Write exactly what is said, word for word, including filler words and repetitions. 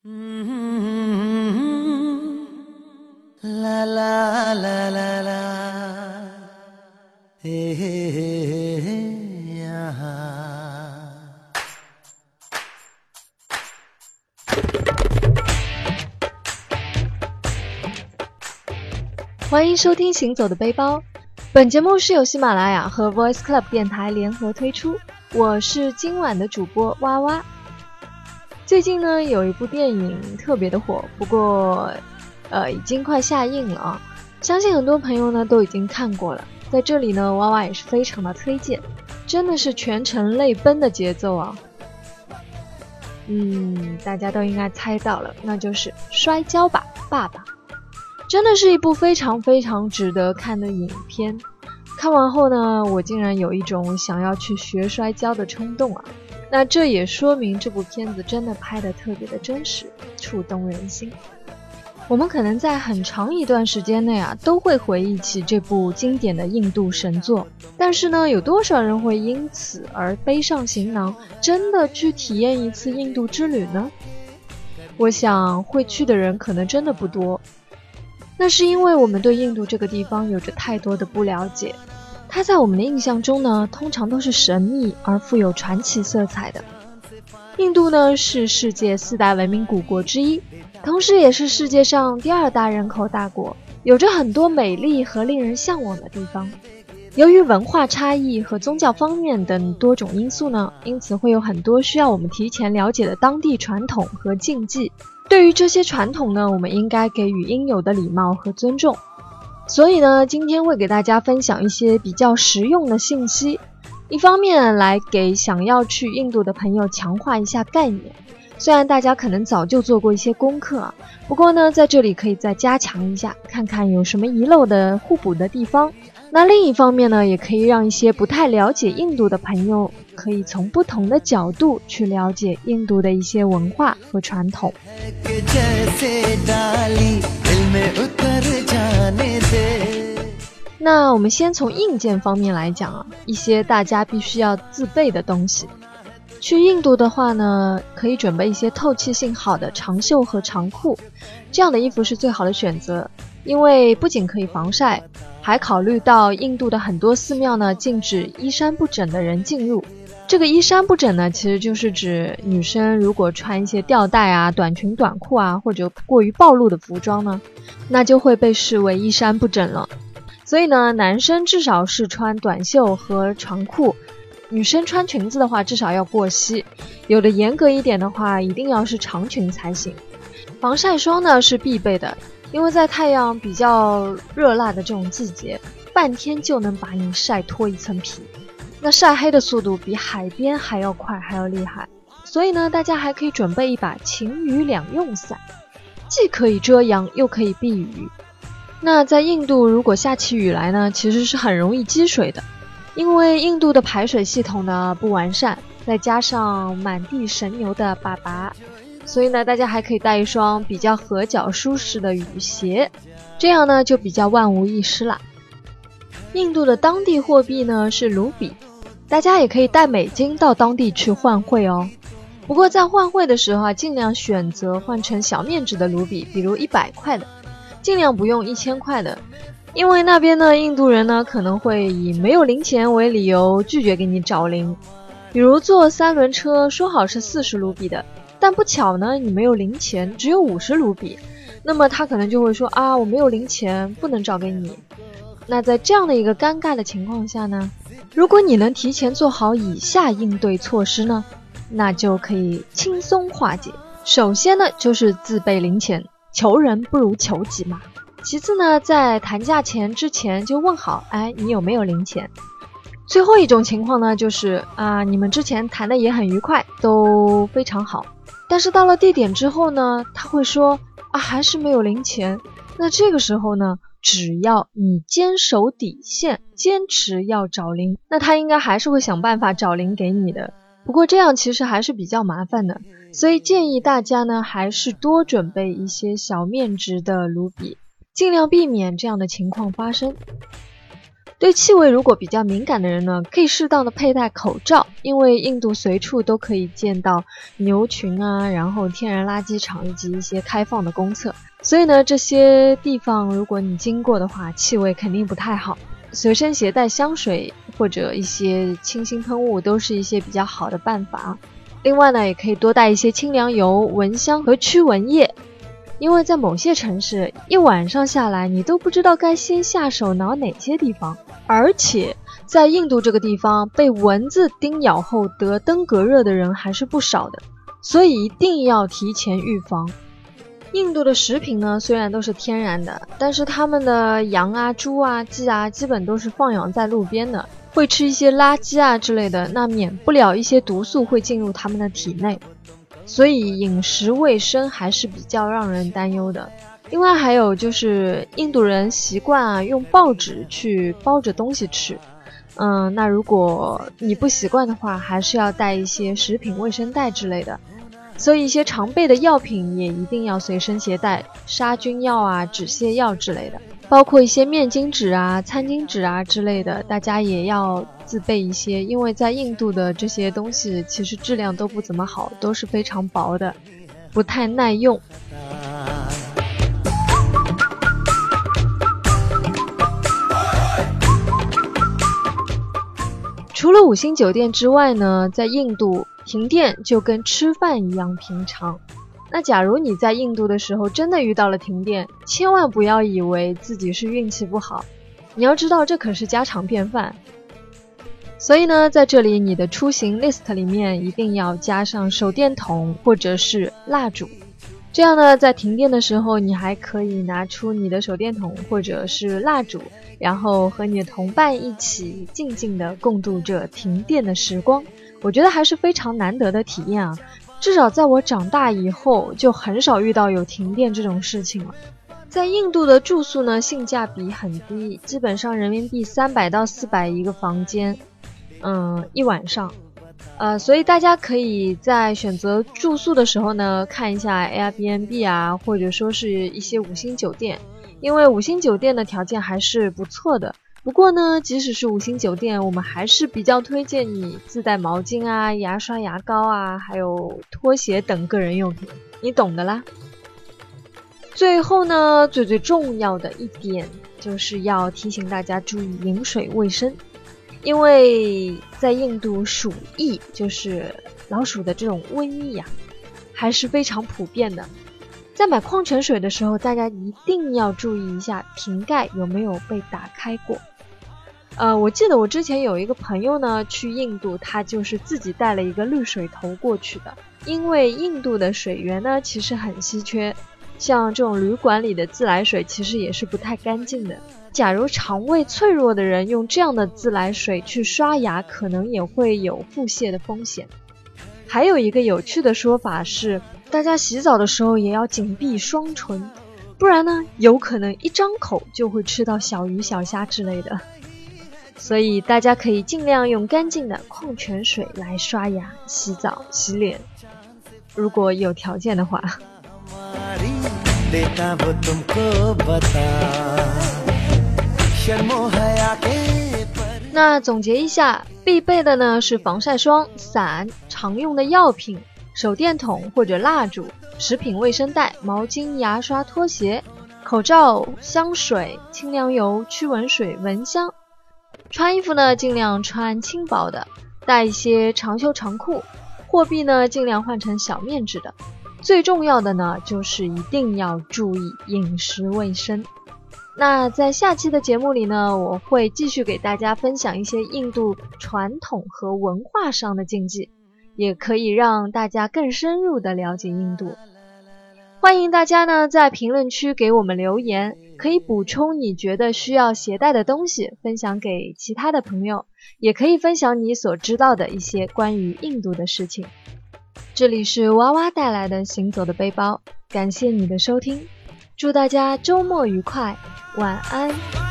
啦啦啦啦啦，嘿嘿嘿嘿呀。 欢迎收听行走的背包，本节目是由喜马拉雅和 Voice Club 电台联合推出，我是今晚的主播哇哇。最近呢有一部电影特别的火，不过呃已经快下映了啊，相信很多朋友呢都已经看过了，在这里呢哇哇也是非常的推荐，真的是全程泪奔的节奏啊。嗯，大家都应该猜到了，那就是摔跤吧爸爸。真的是一部非常非常值得看的影片，看完后呢我竟然有一种想要去学摔跤的冲动啊。那这也说明这部片子真的拍得特别的真实，触动人心。我们可能在很长一段时间内啊都会回忆起这部经典的印度神作，但是呢有多少人会因此而背上行囊，真的去体验一次印度之旅呢？我想会去的人可能真的不多，那是因为我们对印度这个地方有着太多的不了解，它在我们的印象中呢通常都是神秘而富有传奇色彩的。印度呢是世界四大文明古国之一，同时也是世界上第二大人口大国，有着很多美丽和令人向往的地方。由于文化差异和宗教方面等多种因素呢，因此会有很多需要我们提前了解的当地传统和禁忌。对于这些传统呢，我们应该给予应有的礼貌和尊重。所以呢，今天会给大家分享一些比较实用的信息，一方面来给想要去印度的朋友强化一下概念，虽然大家可能早就做过一些功课啊，不过呢，在这里可以再加强一下，看看有什么遗漏的互补的地方。那另一方面呢，也可以让一些不太了解印度的朋友可以从不同的角度去了解印度的一些文化和传统。那我们先从硬件方面来讲啊，一些大家必须要自备的东西。去印度的话呢，可以准备一些透气性好的长袖和长裤，这样的衣服是最好的选择，因为不仅可以防晒，还考虑到印度的很多寺庙呢禁止衣衫不整的人进入。这个衣衫不整呢，其实就是指女生如果穿一些吊带啊、短裙短裤啊，或者过于暴露的服装呢，那就会被视为衣衫不整了。所以呢，男生至少是穿短袖和长裤，女生穿裙子的话至少要过膝，有的严格一点的话一定要是长裙才行。防晒霜呢是必备的，因为在太阳比较热辣的这种季节，半天就能把你晒脱一层皮，那晒黑的速度比海边还要快还要厉害。所以呢，大家还可以准备一把晴雨两用伞，既可以遮阳又可以避雨。那在印度如果下起雨来呢，其实是很容易积水的，因为印度的排水系统呢不完善，再加上满地神牛的粑粑，所以呢大家还可以带一双比较合脚舒适的雨鞋，这样呢就比较万无一失啦。印度的当地货币呢是卢比，大家也可以带美金到当地去换汇哦。不过在换汇的时候啊，尽量选择换成小面值的卢比，比如一百块的，尽量不用一千块的，因为那边呢印度人呢可能会以没有零钱为理由拒绝给你找零。比如坐三轮车说好是四十卢比的，但不巧呢你没有零钱，只有五十卢比，那么他可能就会说啊我没有零钱，不能找给你。那在这样的一个尴尬的情况下呢，如果你能提前做好以下应对措施呢，那就可以轻松化解。首先呢就是自备零钱，求人不如求己嘛。其次呢，在谈价钱之前就问好，哎，你有没有零钱？最后一种情况呢，就是啊，你们之前谈的也很愉快，都非常好，但是到了地点之后呢，他会说啊，还是没有零钱。那这个时候呢，只要你坚守底线，坚持要找零，那他应该还是会想办法找零给你的。不过这样其实还是比较麻烦的，所以建议大家呢，还是多准备一些小面值的卢比，尽量避免这样的情况发生。 对气味如果比较敏感的人呢，可以适当的佩戴口罩，因为印度随处都可以见到牛群啊，然后天然垃圾场以及一些开放的公厕，所以呢，这些地方如果你经过的话，气味肯定不太好。随身携带香水或者一些清新喷雾都是一些比较好的办法。另外呢，也可以多带一些清凉油、蚊香和驱蚊液，因为在某些城市一晚上下来你都不知道该先下手挠哪些地方，而且在印度这个地方被蚊子叮咬后得登革热的人还是不少的，所以一定要提前预防。印度的食品呢，虽然都是天然的，但是他们的羊啊、猪啊、鸡啊基本都是放养在路边的，会吃一些垃圾啊之类的，那免不了一些毒素会进入他们的体内，所以饮食卫生还是比较让人担忧的。另外还有就是印度人习惯啊用报纸去包着东西吃，嗯，那如果你不习惯的话，还是要带一些食品卫生袋之类的。所以一些常备的药品也一定要随身携带，杀菌药啊、止泻药之类的，包括一些面巾纸啊、餐巾纸啊之类的，大家也要自备一些，因为在印度的这些东西其实质量都不怎么好，都是非常薄的，不太耐用。除了五星酒店之外呢，在印度停电就跟吃饭一样平常。那假如你在印度的时候真的遇到了停电，千万不要以为自己是运气不好，你要知道这可是家常便饭。所以呢，在这里你的出行 list 里面一定要加上手电筒或者是蜡烛，这样呢，在停电的时候你还可以拿出你的手电筒或者是蜡烛，然后和你的同伴一起静静地共度这停电的时光。我觉得还是非常难得的体验啊，至少在我长大以后就很少遇到有停电这种事情了。在印度的住宿呢，性价比很低，基本上人民币三百到四百一个房间，嗯，一晚上。呃，所以大家可以在选择住宿的时候呢，看一下 Airbnb 啊，或者说是一些五星酒店，因为五星酒店的条件还是不错的。不过呢，即使是五星酒店，我们还是比较推荐你自带毛巾啊、牙刷、牙膏啊，还有拖鞋等个人用品，你懂的啦。最后呢，最最重要的一点就是要提醒大家注意饮水卫生，因为在印度鼠疫，就是老鼠的这种瘟疫呀、啊，还是非常普遍的。在买矿泉水的时候，大家一定要注意一下瓶盖有没有被打开过。呃，我记得我之前有一个朋友呢，去印度，他就是自己带了一个滤水头过去的，因为印度的水源呢其实很稀缺，像这种旅馆里的自来水其实也是不太干净的。假如肠胃脆弱的人用这样的自来水去刷牙，可能也会有腹泻的风险。还有一个有趣的说法是，大家洗澡的时候也要紧闭双唇，不然呢，有可能一张口就会吃到小鱼小虾之类的。所以大家可以尽量用干净的矿泉水来刷牙、洗澡、洗脸，如果有条件的话。那总结一下，必备的呢是防晒霜、伞、常用的药品、手电筒或者蜡烛、食品卫生袋、毛巾、牙刷、拖鞋、口罩、香水、清凉油、驱蚊水、蚊香。穿衣服呢，尽量穿轻薄的，带一些长袖长裤，货币呢尽量换成小面值的。最重要的呢，就是一定要注意饮食卫生。那在下期的节目里呢，我会继续给大家分享一些印度传统和文化上的禁忌，也可以让大家更深入的了解印度。欢迎大家呢在评论区给我们留言，可以补充你觉得需要携带的东西，分享给其他的朋友，也可以分享你所知道的一些关于印度的事情。这里是娃娃带来的行走的背包，感谢你的收听，祝大家周末愉快，晚安。